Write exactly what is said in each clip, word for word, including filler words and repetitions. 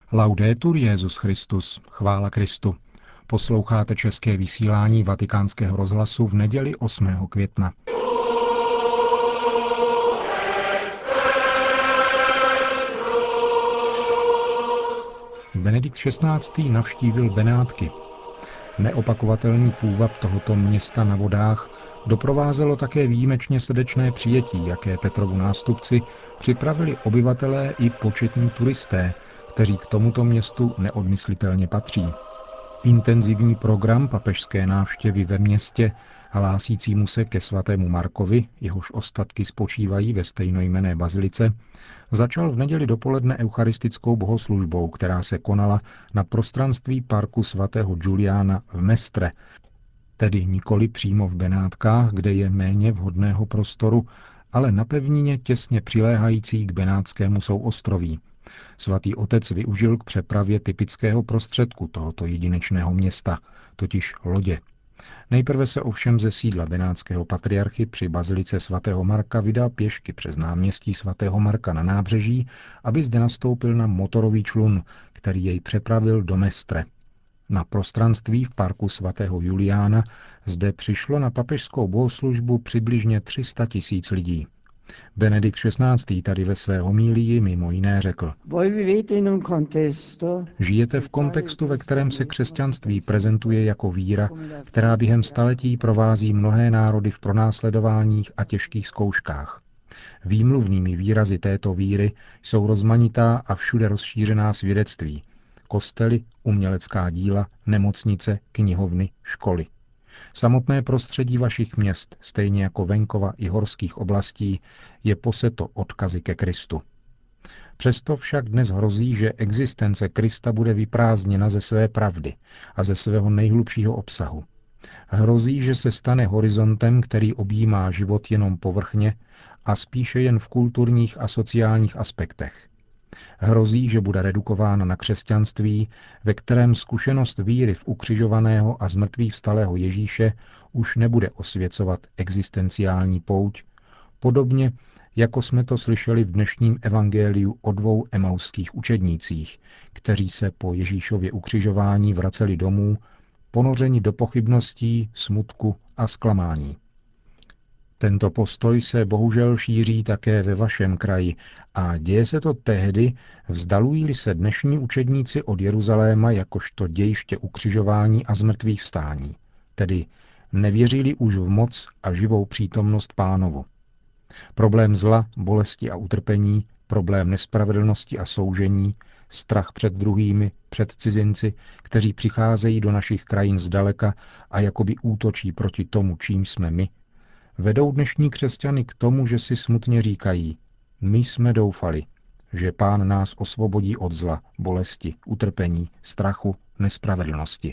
Laudetur Jesus Christus, chvála Kristu. Posloucháte české vysílání Vatikánského rozhlasu v neděli osmého května. Benedikt šestnáctý. Navštívil Benátky. Neopakovatelný půvab tohoto města na vodách doprovázelo také výjimečně srdečné přijetí, jaké Petrovu nástupci připravili obyvatelé i početní turisté, kteří k tomuto městu neodmyslitelně patří. Intenzivní program papežské návštěvy ve městě, hlásícímu se ke svatému Markovi, jehož ostatky spočívají ve stejnojmenné bazilice, začal v neděli dopoledne eucharistickou bohoslužbou, která se konala na prostranství parku svatého Juliána v Mestre, tedy nikoli přímo v Benátkách, kde je méně vhodného prostoru, ale na pevnině těsně přiléhající k benátskému souostroví. Svatý otec využil k přepravě typického prostředku tohoto jedinečného města, totiž lodě. Nejprve se ovšem ze sídla benátského patriarchy při bazilice svatého Marka vydal pěšky přes náměstí svatého Marka na nábřeží, aby zde nastoupil na motorový člun, který jej přepravil do Mestre. Na prostranství v parku svatého Juliána zde přišlo na papežskou bohoslužbu přibližně tři sta tisíc lidí. Benedikt šestnáctý. Tady ve své homílii mimo jiné řekl: Žijete v kontextu, ve kterém se křesťanství prezentuje jako víra, která během staletí provází mnohé národy v pronásledováních a těžkých zkouškách. Výmluvnými výrazy této víry jsou rozmanitá a všude rozšířená svědectví. Kostely, umělecká díla, nemocnice, knihovny, školy. Samotné prostředí vašich měst, stejně jako venkova i horských oblastí, je poseto odkazy ke Kristu. Přesto však dnes hrozí, že existence Krista bude vyprázdněna ze své pravdy a ze svého nejhlubšího obsahu. Hrozí, že se stane horizontem, který objímá život jenom povrchně a spíše jen v kulturních a sociálních aspektech. Hrozí, že bude redukována na křesťanství, ve kterém zkušenost víry v ukřižovaného a zmrtvých vstalého Ježíše už nebude osvěcovat existenciální pouť, podobně jako jsme to slyšeli v dnešním evangeliu o dvou emauských učednících, kteří se po Ježíšově ukřižování vraceli domů, ponořeni do pochybností, smutku a zklamání. Tento postoj se bohužel šíří také ve vašem kraji a děje se to tehdy, vzdalují-li se dnešní učedníci od Jeruzaléma jakožto dějiště ukřižování a zmrtvých vstání, tedy nevěřili už v moc a živou přítomnost Pánovu. Problém zla, bolesti a utrpení, problém nespravedlnosti a soužení, strach před druhými, před cizinci, kteří přicházejí do našich krajin zdaleka a jakoby útočí proti tomu, čím jsme my, vedou dnešní křesťany k tomu, že si smutně říkají: my jsme doufali, že Pán nás osvobodí od zla, bolesti, utrpení, strachu, nespravedlnosti.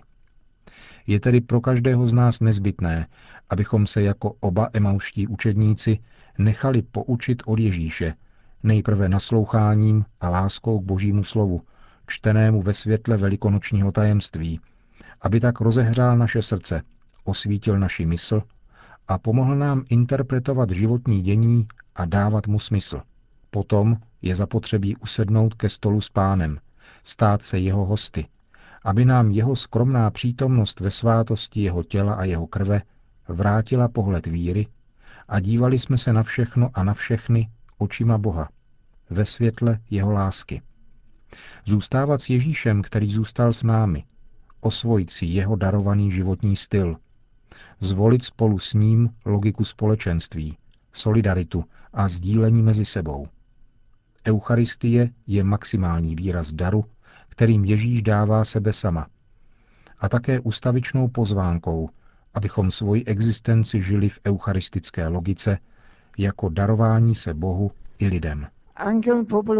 Je tedy pro každého z nás nezbytné, abychom se jako oba emauští učedníci nechali poučit od Ježíše, nejprve nasloucháním a láskou k Božímu slovu, čtenému ve světle velikonočního tajemství, aby tak rozehřál naše srdce, osvítil naši mysl a pomohl nám interpretovat životní dění a dávat mu smysl. Potom je zapotřebí usednout ke stolu s Pánem, stát se jeho hosty, aby nám jeho skromná přítomnost ve svátosti jeho těla a jeho krve vrátila pohled víry a dívali jsme se na všechno a na všechny očima Boha, ve světle jeho lásky. Zůstávat s Ježíšem, který zůstal s námi, osvojit si jeho darovaný životní styl, zvolit spolu s ním logiku společenství, solidaritu a sdílení mezi sebou. Eucharistie je maximální výraz daru, kterým Ježíš dává sebe sama, a také ustavičnou pozvánkou, abychom svoji existenci žili v eucharistické logice jako darování se Bohu i lidem. Anche un popolo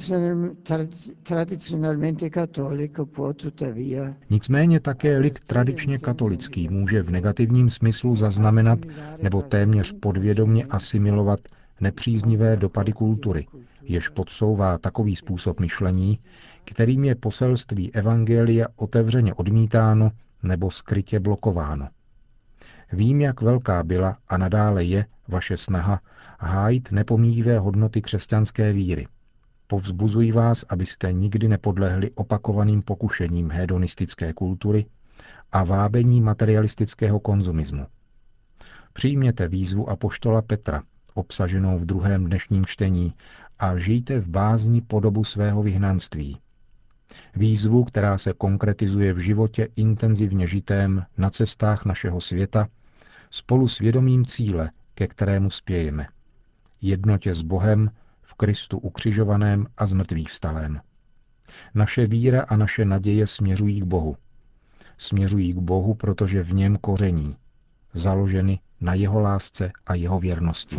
tradizionalmente cattolico può tuttavia. Nicméně také lid tradičně katolický může v negativním smyslu zaznamenat nebo téměř podvědomě asimilovat nepříznivé dopady kultury, jež podsouvá takový způsob myšlení, kterým je poselství evangelia otevřeně odmítáno nebo skrytě blokováno. Vím, jak velká byla a nadále je vaše snaha hájit nepomíjivé hodnoty křesťanské víry. Povzbuzuji vás, abyste nikdy nepodlehli opakovaným pokušením hedonistické kultury a vábení materialistického konzumismu. Přijměte výzvu apoštola Petra, obsaženou v druhém dnešním čtení, a žijte v bázni po dobu svého vyhnanství. Výzvu, která se konkretizuje v životě intenzivně žitém na cestách našeho světa, spolu s vědomím cíle, ke kterému spějeme. Jednotě s Bohem, v Kristu ukřižovaném a zmrtvých vstalém. Naše víra a naše naděje směřují k Bohu. Směřují k Bohu, protože v něm koření, založeny na jeho lásce a jeho věrnosti.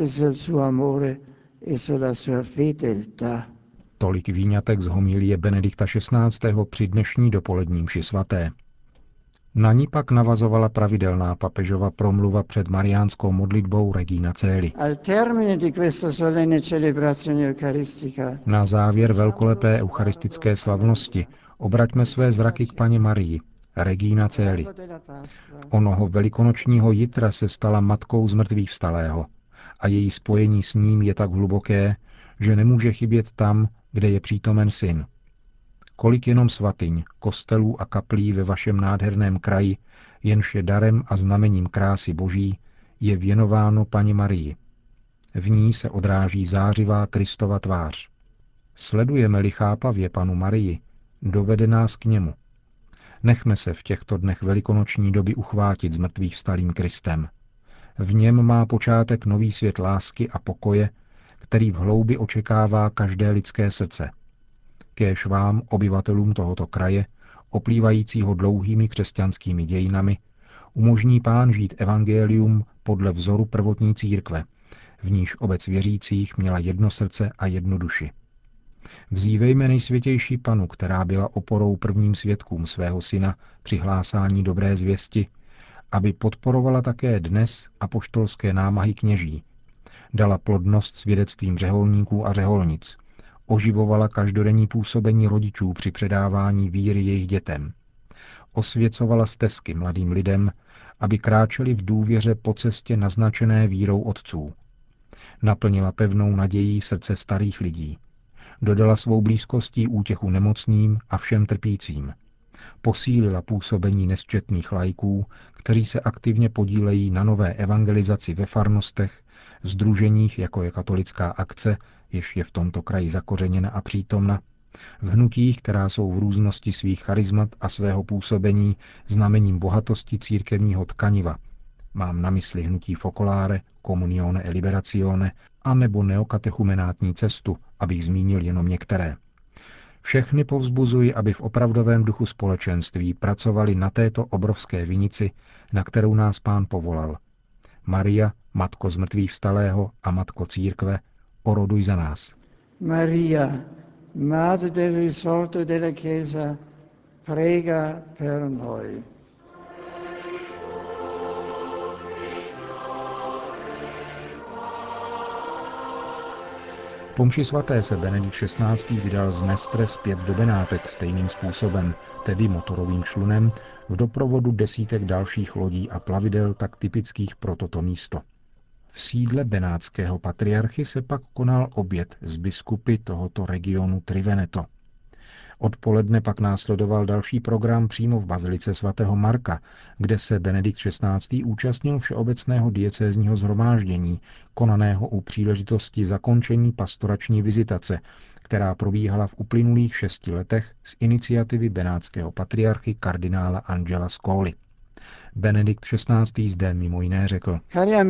Tolik výňatek z homilie Benedikta šestnáctého. Při dnešní dopolední mši svaté. Na ní pak navazovala pravidelná papežova promluva před mariánskou modlitbou Regina Coeli. Na závěr velkolepé eucharistické slavnosti obraťme své zraky k Panně Marii, Regina Coeli. Onoho velikonočního jitra se stala matkou zmrtvých vstalého a její spojení s ním je tak hluboké, že nemůže chybět tam, kde je přítomen syn. Kolik jenom svatyň, kostelů a kaplí ve vašem nádherném kraji, jenž je darem a znamením krásy boží, je věnováno Panně Marii. V ní se odráží zářivá Kristova tvář. Sledujeme-li chápavě Pannu Marii, dovede nás k němu. Nechme se v těchto dnech velikonoční doby uchvátit zmrtvých vstalým Kristem. V něm má počátek nový svět lásky a pokoje, který v hloubi očekává každé lidské srdce. Kéž vám, obyvatelům tohoto kraje, oplývajícího dlouhými křesťanskými dějinami, umožní Pán žít evangelium podle vzoru prvotní církve, v níž obec věřících měla jedno srdce a jednu duši. Vzívejme nejsvětější Panu, která byla oporou prvním svědkům svého syna při hlásání dobré zvěsti, aby podporovala také dnes apoštolské námahy kněží, dala plodnost svědectvím řeholníků a řeholnic, oživovala každodenní působení rodičů při předávání víry jejich dětem. Osvěcovala stezky mladým lidem, aby kráčeli v důvěře po cestě naznačené vírou otců. Naplnila pevnou nadějí srdce starých lidí. Dodala svou blízkostí útěchu nemocným a všem trpícím. Posílila působení nesčetných laiků, kteří se aktivně podílejí na nové evangelizaci ve farnostech, sdruženích, jako je Katolická akce, jež je v tomto kraji zakořeněna a přítomna, v hnutích, která jsou v různosti svých charizmat a svého působení znamením bohatosti církevního tkaniva. Mám na mysli hnutí Focolare, Comunione e Liberazione a nebo neokatechumenátní cestu, abych zmínil jenom některé. Všechny povzbuzuji, aby v opravdovém duchu společenství pracovali na této obrovské vinici, na kterou nás Pán povolal. Maria, Matko zmrtvých vstalého a Matko církve, oroduj za nás. Maria, Madre del risorto della Chiesa, prega per noi. Po mši svaté se Benedikt šestnáctý. Vydal z Mestre zpět do Benátek stejným způsobem, tedy motorovým člunem, v doprovodu desítek dalších lodí a plavidel tak typických pro toto místo. V sídle benátského patriarchy se pak konal oběd s biskupy tohoto regionu Triveneto. Odpoledne pak následoval další program přímo v bazilice svatého Marka, kde se Benedikt šestnáctý. Účastnil všeobecného diecézního shromáždění, konaného u příležitosti zakončení pastorační vizitace, která probíhala v uplynulých šesti letech z iniciativy benátského patriarchy kardinála Angela Scoli. Benedikt šestnáctý. Zde mimo jiné řekl: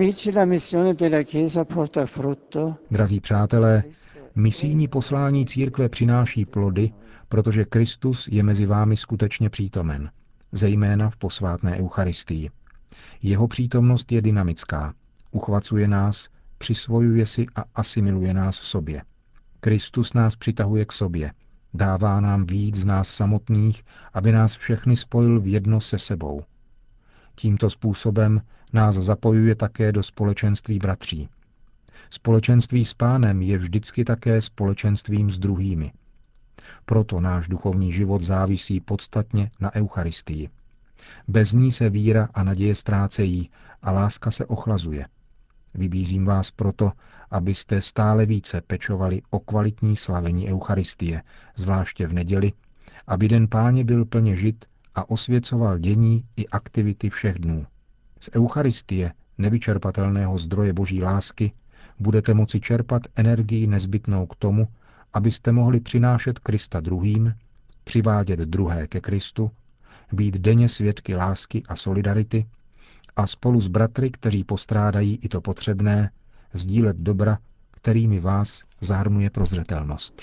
Drazí přátelé, misijní poslání církve přináší plody, protože Kristus je mezi vámi skutečně přítomen, zejména v posvátné eucharistii. Jeho přítomnost je dynamická, uchvacuje nás, přisvojuje si a asimiluje nás v sobě. Kristus nás přitahuje k sobě, dává nám víc z nás samotných, aby nás všechny spojil v jedno se sebou. Tímto způsobem nás zapojuje také do společenství bratří. Společenství s Pánem je vždycky také společenstvím s druhými. Proto náš duchovní život závisí podstatně na Eucharistii. Bez ní se víra a naděje ztrácejí a láska se ochlazuje. Vybízím vás proto, abyste stále více pečovali o kvalitní slavení Eucharistie, zvláště v neděli, aby den Páně byl plně žit a osvěcoval dění i aktivity všech dnů. Z Eucharistie, nevyčerpatelného zdroje Boží lásky, budete moci čerpat energii nezbytnou k tomu, abyste mohli přinášet Krista druhým, přivádět druhé ke Kristu, být denně svědky lásky a solidarity a spolu s bratry, kteří postrádají i to potřebné, sdílet dobra, kterými vás zahrnuje prozřetelnost.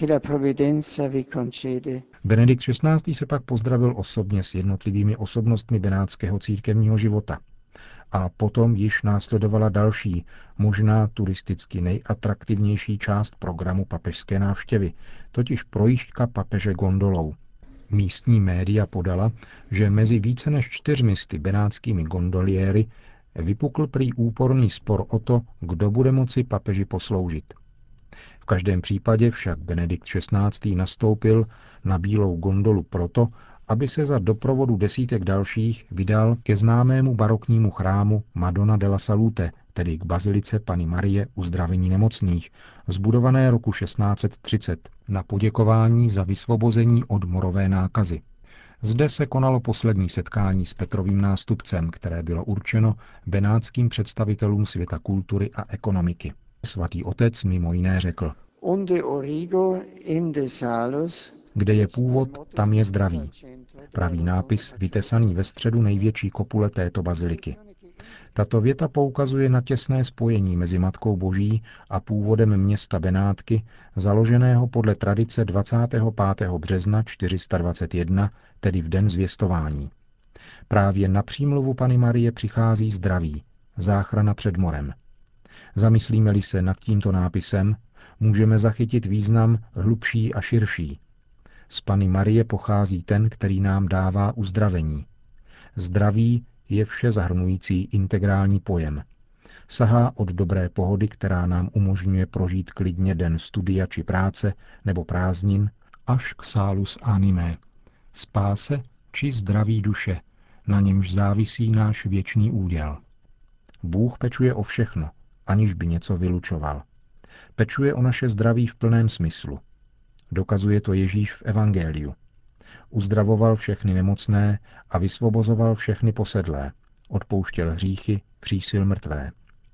Benedikt šestnáctý. Se pak pozdravil osobně s jednotlivými osobnostmi benátského církevního života. A potom již následovala další, možná turisticky nejatraktivnější část programu papežské návštěvy, totiž projížďka papeže gondolou. Místní média podala, že mezi více než čtyřmisty benátskými gondoliéry vypukl prý úporný spor o to, kdo bude moci papeži posloužit. V každém případě však Benedikt šestnáctý. Nastoupil na bílou gondolu proto, aby se za doprovodu desítek dalších vydal ke známému baroknímu chrámu Madonna della Salute, tedy k bazilice Panny Marie uzdravení nemocných, zbudované roku šestnáct set třicet, na poděkování za vysvobození od morové nákazy. Zde se konalo poslední setkání s Petrovým nástupcem, které bylo určeno benátským představitelům světa kultury a ekonomiky. Svatý otec mimo jiné řekl: Kde je původ, tam je zdraví. Pravý nápis vytesaný ve středu největší kopule této baziliky. Tato věta poukazuje na těsné spojení mezi Matkou Boží a původem města Benátky, založeného podle tradice dvacátého pátého března čtyři sta dvacet jedna, tedy v den zvěstování. Právě na přímluvu Panny Marie přichází zdraví, záchrana před morem. Zamyslíme-li se nad tímto nápisem, můžeme zachytit význam hlubší a širší. Z Panny Marie pochází ten, který nám dává uzdravení. Zdraví je vše zahrnující integrální pojem. Sahá od dobré pohody, která nám umožňuje prožít klidně den studia či práce nebo prázdnin, až k salus animae, spáse či zdraví duše, na němž závisí náš věčný úděl. Bůh pečuje o všechno, aniž by něco vylučoval. Pečuje o naše zdraví v plném smyslu. Dokazuje to Ježíš v evangeliu. Uzdravoval všechny nemocné a vysvobozoval všechny posedlé, odpouštěl hříchy, přísil mrtvé.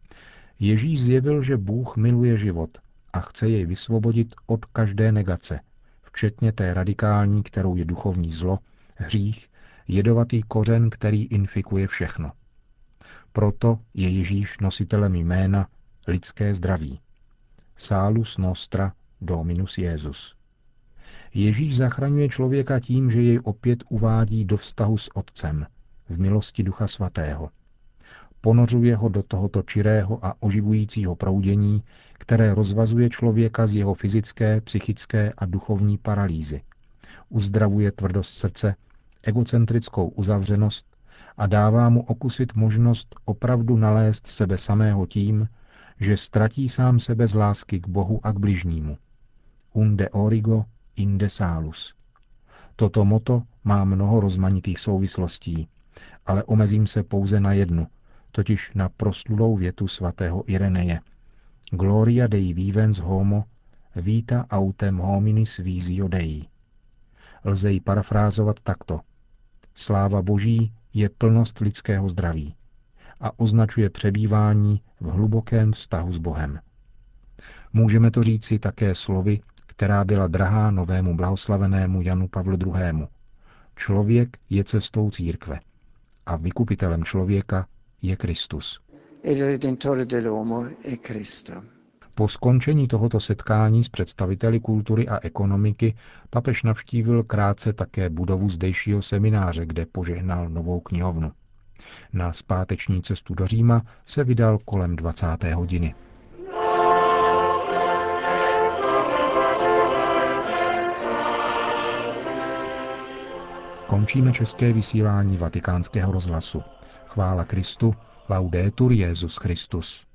Ježíš zjevil, že Bůh miluje život a chce jej vysvobodit od každé negace, včetně té radikální, kterou je duchovní zlo, hřích, jedovatý kořen, který infikuje všechno. Proto je Ježíš nositelem jména lidské zdraví. Salus nostra Dominus Jesus. Ježíš zachraňuje člověka tím, že jej opět uvádí do vztahu s Otcem, v milosti Ducha Svatého. Ponořuje ho do tohoto čirého a oživujícího proudění, které rozvazuje člověka z jeho fyzické, psychické a duchovní paralýzy. Uzdravuje tvrdost srdce, egocentrickou uzavřenost a dává mu okusit možnost opravdu nalézt sebe samého tím, že ztratí sám sebe z lásky k Bohu a k bližnímu. Unde origo, inde salus. Toto motto má mnoho rozmanitých souvislostí, ale omezím se pouze na jednu, totiž na proslulou větu svatého Ireneje. Gloria Dei vivens homo, vita autem hominis visio Dei. Lze ji parafrázovat takto. Sláva Boží je plnost lidského zdraví a označuje přebývání v hlubokém vztahu s Bohem. Můžeme to říci také slovy, která byla drahá novému blahoslavenému Janu Pavlu druhému. Člověk je cestou církve a vykupitelem člověka je Kristus. Po skončení tohoto setkání s představiteli kultury a ekonomiky papež navštívil krátce také budovu zdejšího semináře, kde požehnal novou knihovnu. Na zpáteční cestu do Říma se vydal kolem dvacáté hodiny. Končíme české vysílání Vatikánského rozhlasu. Chvála Kristu, laudetur Jesus Christus.